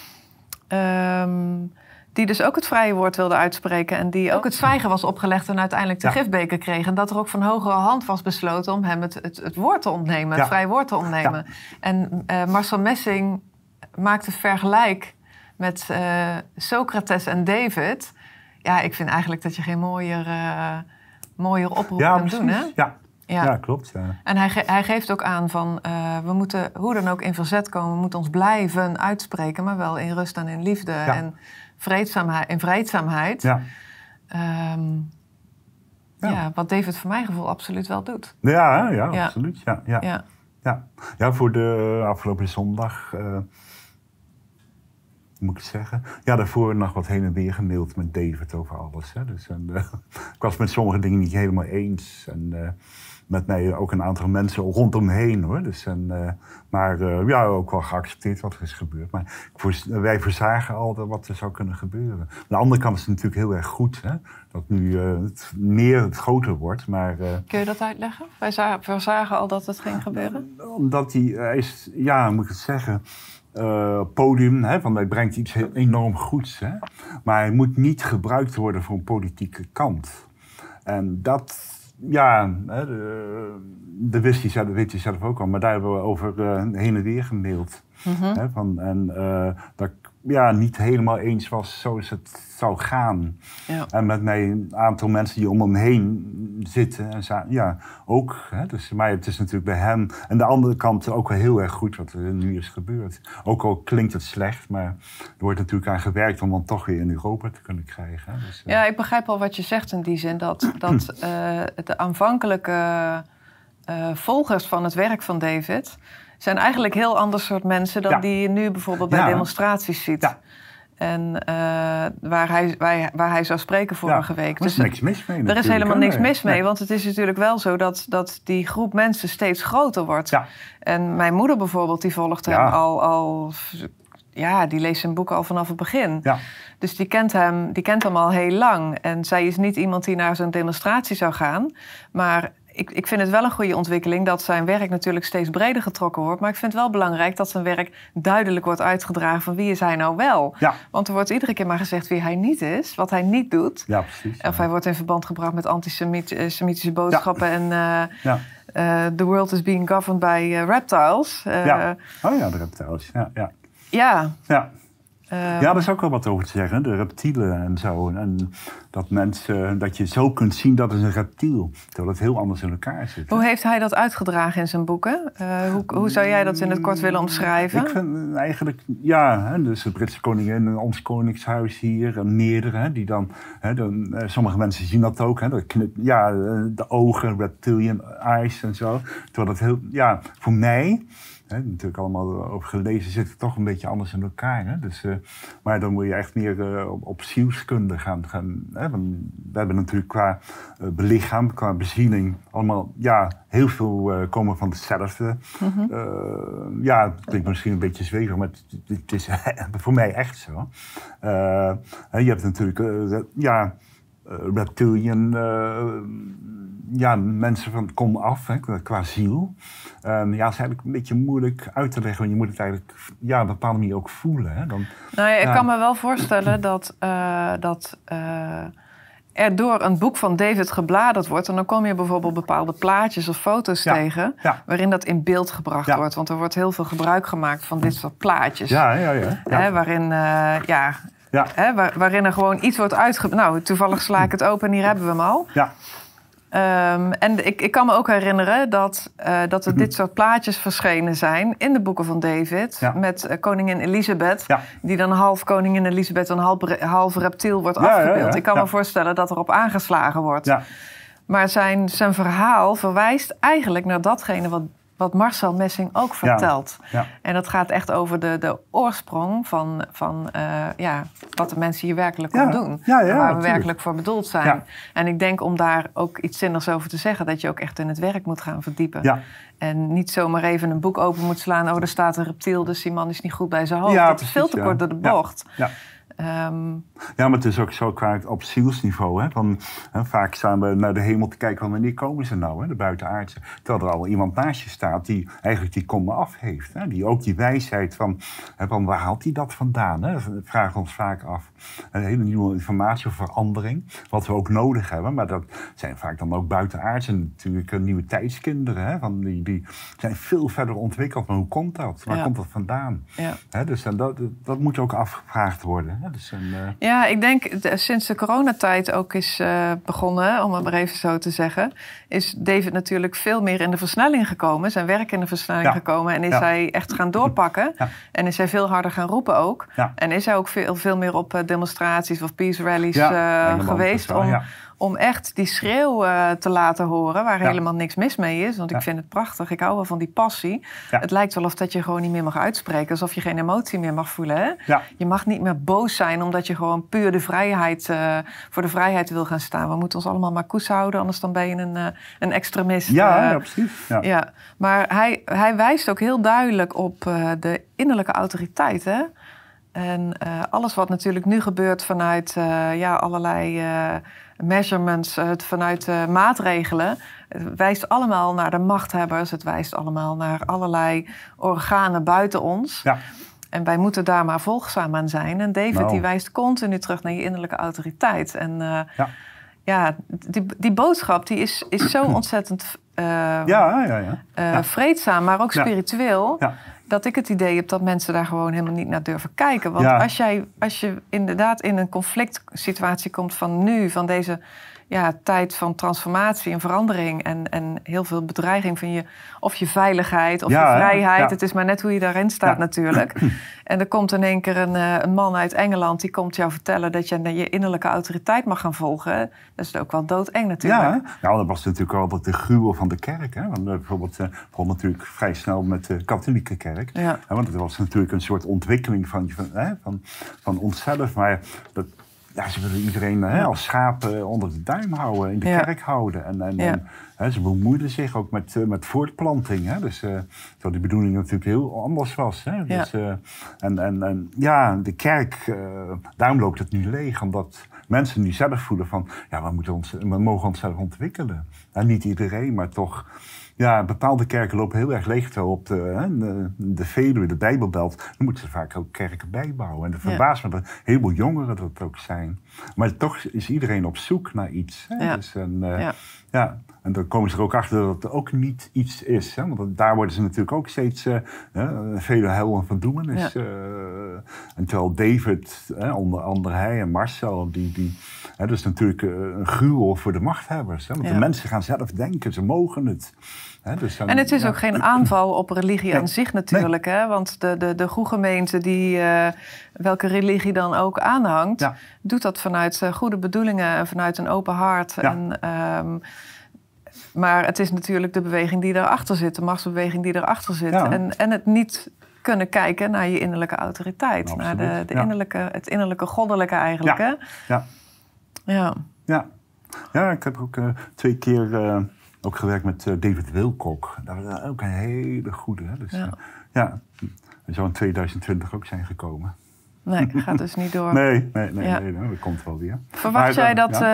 die dus ook het vrije woord wilde uitspreken... en die ook het zwijgen was opgelegd en uiteindelijk de gifbeker kreeg. En dat er ook van hogere hand was besloten om hem het woord te ontnemen... het vrije woord te ontnemen. En Marcel Messing maakt het vergelijk met Socrates en David. Ja, ik vind eigenlijk dat je geen mooier oproep kunt doen, hè? Ja, klopt. Ja. En hij geeft ook aan van, we moeten hoe dan ook in verzet komen. We moeten ons blijven uitspreken, maar wel in rust en in liefde en vreedzaamheid. Ja. Wat David voor mijn gevoel absoluut wel doet. Ja, absoluut. Ja, voor de afgelopen zondag, moet ik zeggen. Ja, daarvoor nog wat heen en weer gemaild met David over alles. Hè. Dus, ik was met sommige dingen niet helemaal eens. En met mij ook een aantal mensen rondomheen, hoor. Dus, maar ook wel geaccepteerd wat er is gebeurd. Maar wij verzagen al wat er zou kunnen gebeuren. Aan de andere kant is het natuurlijk heel erg goed, hè, dat nu het groter wordt. Maar, kun je dat uitleggen? Wij verzagen al dat het ging gebeuren? Omdat hij is, moet ik het zeggen, podium, hè, want hij brengt iets heel enorm goeds. Hè, maar hij moet niet gebruikt worden voor een politieke kant. En dat... Ja, dat weet je zelf ook al, maar daar hebben we over heen en weer gemaild. Mm-hmm. Dat ik niet helemaal eens was zoals het zou gaan. Ja. En met mij een aantal mensen die om hem heen zitten. En ook. Hè, dus, maar het is natuurlijk bij hem. En de andere kant ook wel heel erg goed wat er nu is gebeurd. Ook al klinkt het slecht, maar er wordt natuurlijk aan gewerkt om hem toch weer in Europa te kunnen krijgen. Hè. Dus, ja, ik begrijp al wat je zegt in die zin. Dat de aanvankelijke volgers van het werk van David zijn eigenlijk heel ander soort mensen dan die je nu bijvoorbeeld bij demonstraties ziet. Ja. En waar hij zou spreken vorige week. Er is niks mis mee. Er is helemaal niks mis mee, want het is natuurlijk wel zo dat die groep mensen steeds groter wordt. Ja. En mijn moeder bijvoorbeeld, die volgt hem al die leest zijn boeken al vanaf het begin. Ja. Dus die kent hem al heel lang. En zij is niet iemand die naar zo'n demonstratie zou gaan. Maar ik vind het wel een goede ontwikkeling dat zijn werk natuurlijk steeds breder getrokken wordt. Maar ik vind het wel belangrijk dat zijn werk duidelijk wordt uitgedragen van wie is hij nou wel. Ja. Want er wordt iedere keer maar gezegd wie hij niet is, wat hij niet doet. Ja, precies. Of hij wordt in verband gebracht met antisemitische boodschappen en the world is being governed by reptiles. De reptiles, ja. Daar is ook wel wat over te zeggen, de reptielen en zo. En dat je zo kunt zien dat is een reptiel, terwijl het heel anders in elkaar zit. Hoe heeft hij dat uitgedragen in zijn boeken? Hoe zou jij dat in het kort willen omschrijven? Ik vind eigenlijk, dus de Britse koningin, ons koningshuis hier, en meerdere, die dan sommige mensen zien dat ook, de ogen, reptilian eyes en zo. Terwijl dat heel, voor mij... natuurlijk allemaal over gelezen, zit het toch een beetje anders in elkaar. Hè? Dus, maar dan moet je echt meer op zielskunde gaan. We hebben natuurlijk qua belichaam, qua bezieling, allemaal heel veel komen van hetzelfde. Mm-hmm. Het klinkt misschien een beetje zweverig, maar het is voor mij echt zo. Je hebt natuurlijk reptilian... mensen van kom af, qua ziel. Het is eigenlijk een beetje moeilijk uit te leggen. Want je moet het eigenlijk op een bepaalde manier ook voelen. Hè? Ik kan me wel voorstellen dat er door een boek van David gebladerd wordt. En dan kom je bijvoorbeeld bepaalde plaatjes of foto's tegen. Ja. Waarin dat in beeld gebracht wordt. Want er wordt heel veel gebruik gemaakt van dit soort plaatjes. Waarin... waarin er gewoon iets wordt Nou, toevallig sla ik het open en hier hebben we hem al. Ja. En ik kan me ook herinneren dat er dit soort plaatjes verschenen zijn in de boeken van David. Ja. Met koningin Elisabeth, die dan half koningin Elisabeth en half reptiel wordt afgebeeld. Ik kan me voorstellen dat erop aangeslagen wordt. Ja. Maar zijn verhaal verwijst eigenlijk naar datgene wat Marcel Messing ook vertelt. Ja. Ja. En dat gaat echt over de oorsprong van wat de mensen hier werkelijk om doen. Waar we werkelijk voor bedoeld zijn. Ja. En ik denk om daar ook iets zinnigs over te zeggen, dat je ook echt in het werk moet gaan verdiepen. Ja. En niet zomaar even een boek open moet slaan. Er staat een reptiel, dus die man is niet goed bij zijn hoofd. Dat is veel te kort door de bocht. Ja. Maar het is ook zo qua op zielsniveau. Vaak staan we naar de hemel te kijken van wanneer komen ze nou, de buitenaardse. Terwijl er al iemand naast je staat die eigenlijk die komma af heeft. Die ook die wijsheid van waar haalt hij dat vandaan? Dat vragen we ons vaak af. Een hele nieuwe informatie of verandering, wat we ook nodig hebben. Maar dat zijn vaak dan ook buitenaardse natuurlijk nieuwe tijdskinderen. Die zijn veel verder ontwikkeld. Maar hoe komt dat? Waar komt dat vandaan? Ja. Dus dat moet ook afgevraagd worden. Hè? Dus Ja, ik denk sinds de coronatijd ook is begonnen, om het maar even zo te zeggen, is David natuurlijk veel meer in de versnelling gekomen, zijn werk in de versnelling gekomen en is hij echt gaan doorpakken. Ja. En is hij veel harder gaan roepen ook. Ja. En is hij ook veel meer op demonstraties of peace rallies geweest om echt die schreeuw te laten horen, waar helemaal niks mis mee is. Want ik vind het prachtig, ik hou wel van die passie. Ja. Het lijkt wel of dat je gewoon niet meer mag uitspreken, alsof je geen emotie meer mag voelen. Hè? Ja. Je mag niet meer boos zijn, omdat je gewoon puur voor de vrijheid wil gaan staan. We moeten ons allemaal maar koes houden, anders dan ben je een extremist. Ja, precies. Ja. Ja. Maar hij wijst ook heel duidelijk op de innerlijke autoriteit, hè? En alles wat natuurlijk nu gebeurt vanuit allerlei measurements, vanuit maatregelen, het wijst allemaal naar de machthebbers. Het wijst allemaal naar allerlei organen buiten ons. Ja. En wij moeten daar maar volgzaam aan zijn. En David die wijst continu terug naar je innerlijke autoriteit. En die boodschap die is zo ontzettend vreedzaam, maar ook spiritueel. Ja. Dat ik het idee heb dat mensen daar gewoon helemaal niet naar durven kijken. Want als je inderdaad in een conflict situatie komt van nu, van deze tijd van transformatie en verandering en heel veel bedreiging van je veiligheid of je vrijheid. Ja. Het is maar net hoe je daarin staat natuurlijk. En er komt in één keer een man uit Engeland die komt jou vertellen dat je je innerlijke autoriteit mag gaan volgen. Dat is ook wel doodeng natuurlijk. Ja, dat was natuurlijk altijd de gruwel van de kerk. Hè? Want bijvoorbeeld begon natuurlijk vrij snel met de katholieke kerk. Ja. Want het was natuurlijk een soort ontwikkeling van onszelf. Maar ze willen iedereen als schapen onder de duim houden, in de kerk houden. En ze bemoeiden zich ook met voortplanting. Hè? Dus terwijl die bedoeling natuurlijk heel anders was. Hè? Dus, de kerk, daarom loopt het nu leeg. Omdat mensen nu zelf voelen van, we mogen onszelf ontwikkelen. Niet iedereen, maar toch. Ja, bepaalde kerken lopen heel erg leeg op de Veluwe, de Bijbelbelt. Dan moeten ze vaak ook kerken bijbouwen. En dat verbaast me dat een heleboel jongeren dat ook zijn. Maar toch is iedereen op zoek naar iets. Hè? Ja. Dus, en dan komen ze er ook achter dat het ook niet iets is. Hè? Want daar worden ze natuurlijk ook steeds vele hel en verdoemenis. Ja. En terwijl David, onder andere hij en Marcel, dat is natuurlijk een gruwel voor de machthebbers. Hè? Want de mensen gaan zelf denken, ze mogen het. Dus en het is ook geen aanval op religie aan zich natuurlijk. Nee. Hè? Want de goede gemeente die welke religie dan ook aanhangt, doet dat vanuit goede bedoelingen en vanuit een open hart. Ja. Maar het is natuurlijk de beweging die daarachter zit, de machtsbeweging die daarachter zit. Ja. En het niet kunnen kijken naar je innerlijke autoriteit. Absoluut. Naar het innerlijke goddelijke eigenlijk. Ja. Hè? Ja, ik heb ook 2 keer ook gewerkt met David Wilcock. Dat was ook een hele goede. Hè? Dus, hij zou in 2020 ook zijn gekomen. Nee, gaat dus niet door. Nee, dat komt wel weer. Verwacht jij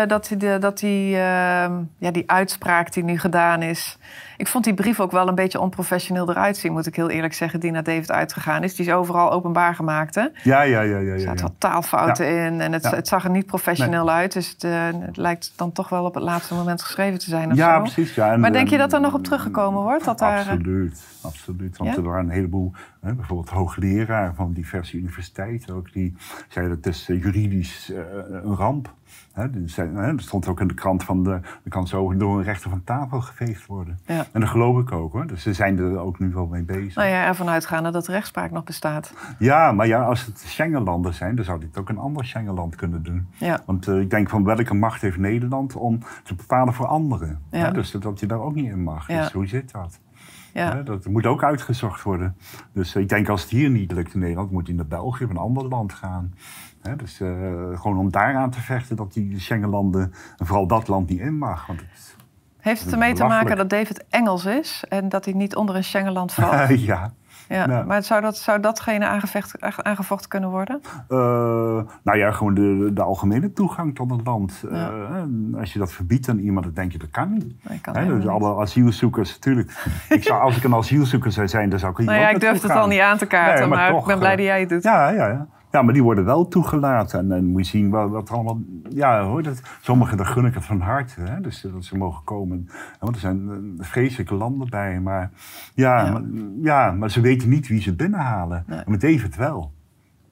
die uitspraak die nu gedaan is. Ik vond die brief ook wel een beetje onprofessioneel eruit zien, moet ik heel eerlijk zeggen, die naar David uitgegaan is. Die is overal openbaar gemaakt, hè? Ja. Er zaten wat taalfouten in en het zag er niet professioneel uit. Dus het lijkt dan toch wel op het laatste moment geschreven te zijn of zo. Precies. Ja, maar denk je dat er nog op teruggekomen wordt? Absoluut. Want er waren een heleboel, bijvoorbeeld hoogleraren van diverse universiteiten ook, die zeiden dat het is juridisch een ramp. Er stond ook in de krant van, er kan zo door een rechter van tafel geveegd worden. Ja. En dat geloof ik ook, hoor. Dus ze zijn er ook nu wel mee bezig. Nou ja, ervan uitgaande dat rechtspraak nog bestaat. Ja, maar als het Schengenlanden zijn, dan zou dit ook een ander Schengenland kunnen doen. Ja. Want ik denk van welke macht heeft Nederland om te bepalen voor anderen? Ja. Dus dat je daar ook niet in mag. Ja. Dus hoe zit dat? Ja. Dat moet ook uitgezocht worden. Dus ik denk als het hier niet lukt in Nederland, moet hij naar België of een ander land gaan. Dus gewoon om daaraan te vechten dat die Schengenlanden en vooral dat land niet in mag. Want heeft het ermee te maken dat David Engels is en dat hij niet onder een Schengenland valt? Ja. Maar zou datgene aangevochten kunnen worden? Gewoon de algemene toegang tot een land. Ja. Als je dat verbiedt aan iemand, dan denk je dat kan niet. Dus alle asielzoekers, natuurlijk. Als ik een asielzoeker zou zijn, dan zou ik hier ook ik durf het al niet aan te kaarten, maar toch, ik ben blij dat jij het doet. Ja, maar die worden wel toegelaten. En dan moet je zien wat er allemaal. Sommigen, daar gun ik het van harte. Hè? Dus dat ze mogen komen. Want er zijn vreselijke landen bij. Maar maar ze weten niet wie ze binnenhalen. Nee. Maar David wel.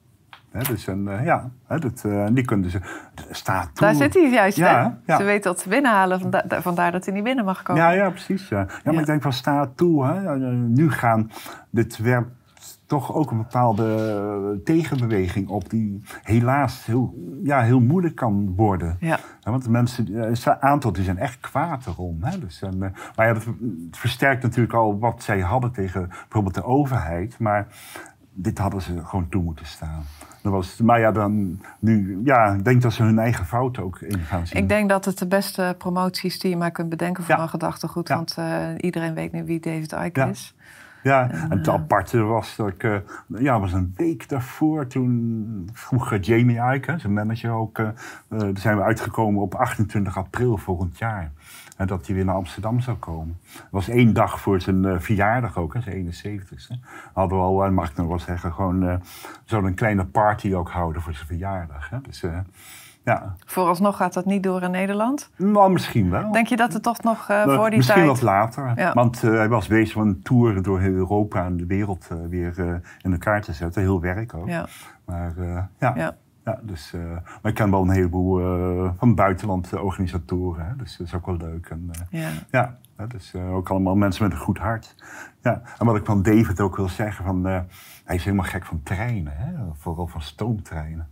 Dus die kunnen ze staat toe. Daar zit hij juist, hè? Ja. Ze weten dat ze binnenhalen, vandaar dat hij niet binnen mag komen. Ja, precies. Ja. Maar ik denk van staat toe. Hè. Nu dit werpt toch ook een bepaalde tegenbeweging op die helaas heel moeilijk kan worden. Ja. Want de mensen, het aantal die zijn echt kwaad erom. Hè. Dus, maar het versterkt natuurlijk al wat zij hadden tegen bijvoorbeeld de overheid. Maar dit hadden ze gewoon toe moeten staan. Ik denk dat ze hun eigen fout ook in gaan zien. Ik denk dat het de beste promotie is die je maar kunt bedenken voor een gedachtegoed. Ja. Want iedereen weet nu wie David Icke is. Ja, en het aparte was dat ik... was een week daarvoor, toen vroeg Jamie Icke, zijn manager ook... zijn we uitgekomen op 28 april volgend jaar. En dat hij weer naar Amsterdam zou komen. Dat was 1 dag voor zijn verjaardag ook, zijn 71ste. Hadden we al, mag ik nog wel zeggen, gewoon zo'n kleine party ook houden voor zijn verjaardag. Hè. Dus, Vooralsnog gaat dat niet door in Nederland? Nou, misschien wel. Denk je dat het toch nog voor die tijd... Misschien wat later. Ja. Want hij was bezig met een tour door heel Europa en de wereld weer in elkaar te zetten. Heel werk ook. Ja. Maar dus, maar ik ken wel een heleboel van buitenland organisatoren. Hè, dus dat is ook wel leuk. En, dus ook allemaal mensen met een goed hart. Ja. En wat ik van David ook wil zeggen, hij is helemaal gek van treinen. Hè? Vooral van stoomtreinen.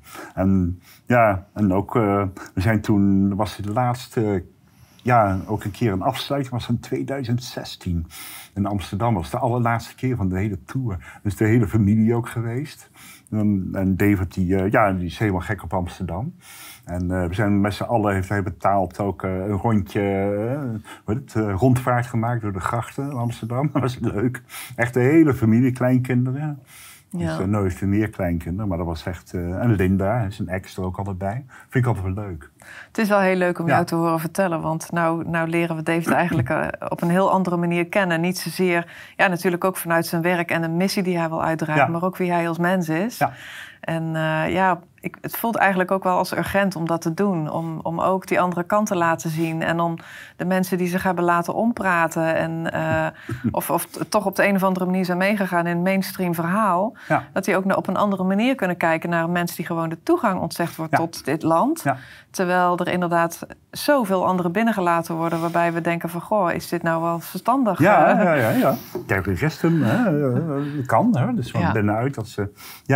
En ook, we zijn toen, was de laatste, ook een keer een afsluiting, was in 2016. In Amsterdam was de allerlaatste keer van de hele tour. Dus de hele familie ook geweest. En David, die is helemaal gek op Amsterdam. En we zijn met z'n allen, heeft hij betaald ook een rondje, rondvaart gemaakt door de grachten in Amsterdam. Dat was leuk. Echt de hele familie, kleinkinderen. Ja. Dus nu heeft hij meer kleinkinderen, maar dat was echt... en Linda, zijn ex er ook altijd bij. Vind ik altijd wel leuk. Het is wel heel leuk om jou te horen vertellen, want nou leren we David eigenlijk op een heel andere manier kennen. Niet zozeer, natuurlijk ook vanuit zijn werk en de missie die hij wil uitdragen, maar ook wie hij als mens is. Ja. En het voelt eigenlijk ook wel als urgent om dat te doen. Om ook die andere kant te laten zien. En om de mensen die zich hebben laten ompraten... en of toch op de een of andere manier zijn meegegaan in een mainstream verhaal... dat die ook op een andere manier kunnen kijken naar mensen die gewoon de toegang ontzegd wordt tot dit land. Ja. Terwijl er inderdaad zoveel anderen binnengelaten worden... waarbij we denken van, goh, is dit nou wel verstandig? Ja. Kijk, de resten kan, hè. Dus van binnenuit dat ze...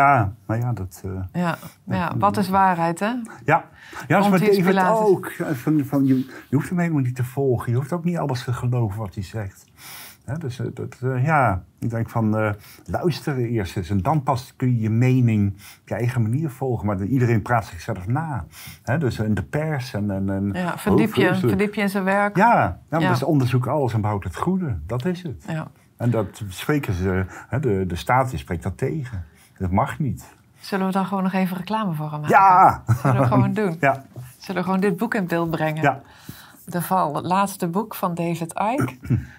wat is waarheid, hè? Ja, dat is met David ook. Je hoeft hem helemaal niet te volgen. Je hoeft ook niet alles te geloven wat hij zegt. Dus ik denk van luisteren eerst eens. En dan pas kun je je mening op je eigen manier volgen. Maar iedereen praat zichzelf na. Dus in de pers en verdiep je in zijn werk. Dus onderzoek alles en behoud het goede. Dat is het. Ja. En dat spreken ze, de staat spreekt dat tegen. Dat mag niet. Zullen we dan gewoon nog even reclame voor hem maken? Ja! Zullen we gewoon doen? Ja. Zullen we gewoon dit boek in beeld brengen? Ja. Het laatste boek van David Icke.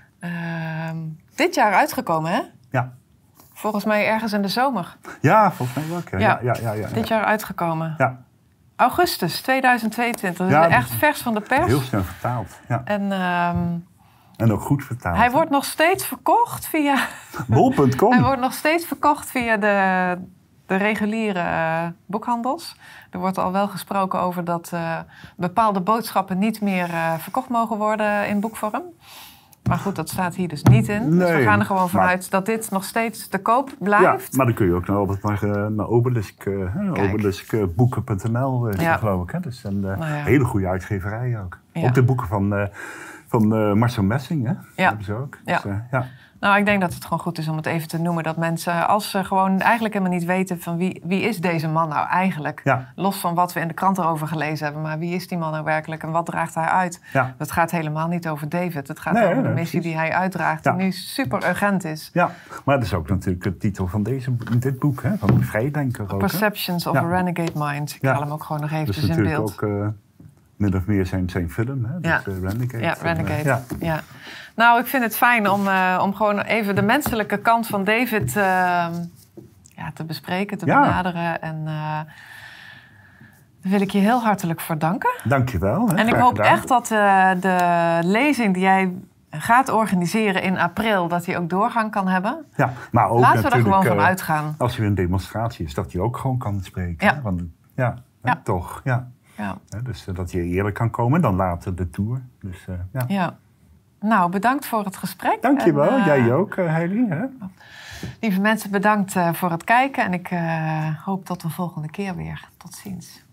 Dit jaar uitgekomen, hè? Ja. Volgens mij ergens in de zomer. Ja, volgens mij ook. Ja. Dit jaar uitgekomen. Ja. Augustus 2022. Dat is echt vers van de pers. Heel snel vertaald. Ja. En ook goed vertaald. Hij wordt nog steeds verkocht via... Bol.com. Hij wordt nog steeds verkocht via de reguliere boekhandels. Er wordt al wel gesproken over dat bepaalde boodschappen niet meer verkocht mogen worden in boekvorm. Maar goed, dat staat hier dus niet in. Dus we gaan er gewoon vanuit dat dit nog steeds te koop blijft. Ja, maar dan kun je ook nog altijd naar obeliskboeken.nl geloof ik. Hè? Dus een hele goede uitgeverij ook. Ja. Ook de boeken van Marcel Messing, hè? Ja. Hebben ze ook. Dus, Nou, ik denk dat het gewoon goed is om het even te noemen. Dat mensen, als ze gewoon eigenlijk helemaal niet weten van wie is deze man nou eigenlijk? Ja. Los van wat we in de krant erover gelezen hebben. Maar wie is die man nou werkelijk en wat draagt hij uit? Ja. Dat gaat helemaal niet over David. Het gaat over de missie die hij uitdraagt. Die nu super urgent is. Ja, maar dat is ook natuurlijk de titel van dit boek. Hè? Van de vrijdenker ook. Perceptions of a Renegade Mind. Ik haal hem ook gewoon nog eventjes in beeld. Ook min of meer zijn film, hè? Dus, Renegade. Ja, Renegade. Ja. Nou, ik vind het fijn om gewoon even de menselijke kant van David te bespreken, te benaderen. En daar wil ik je heel hartelijk voor danken. Dank je wel. En ik hoop echt dat de lezing die jij gaat organiseren in april, dat hij ook doorgang kan hebben. Ja, maar ook laten we er gewoon van uitgaan. Als er weer een demonstratie is, dat hij ook gewoon kan spreken. Ja. Hè? Want, toch. Ja. Ja. Dus dat hij eerder kan komen dan later de tour. Dus, Ja. Nou, bedankt voor het gesprek. Dankjewel, jij ook, Heidi. Hè? Lieve mensen, bedankt voor het kijken. En ik hoop tot de volgende keer weer. Tot ziens.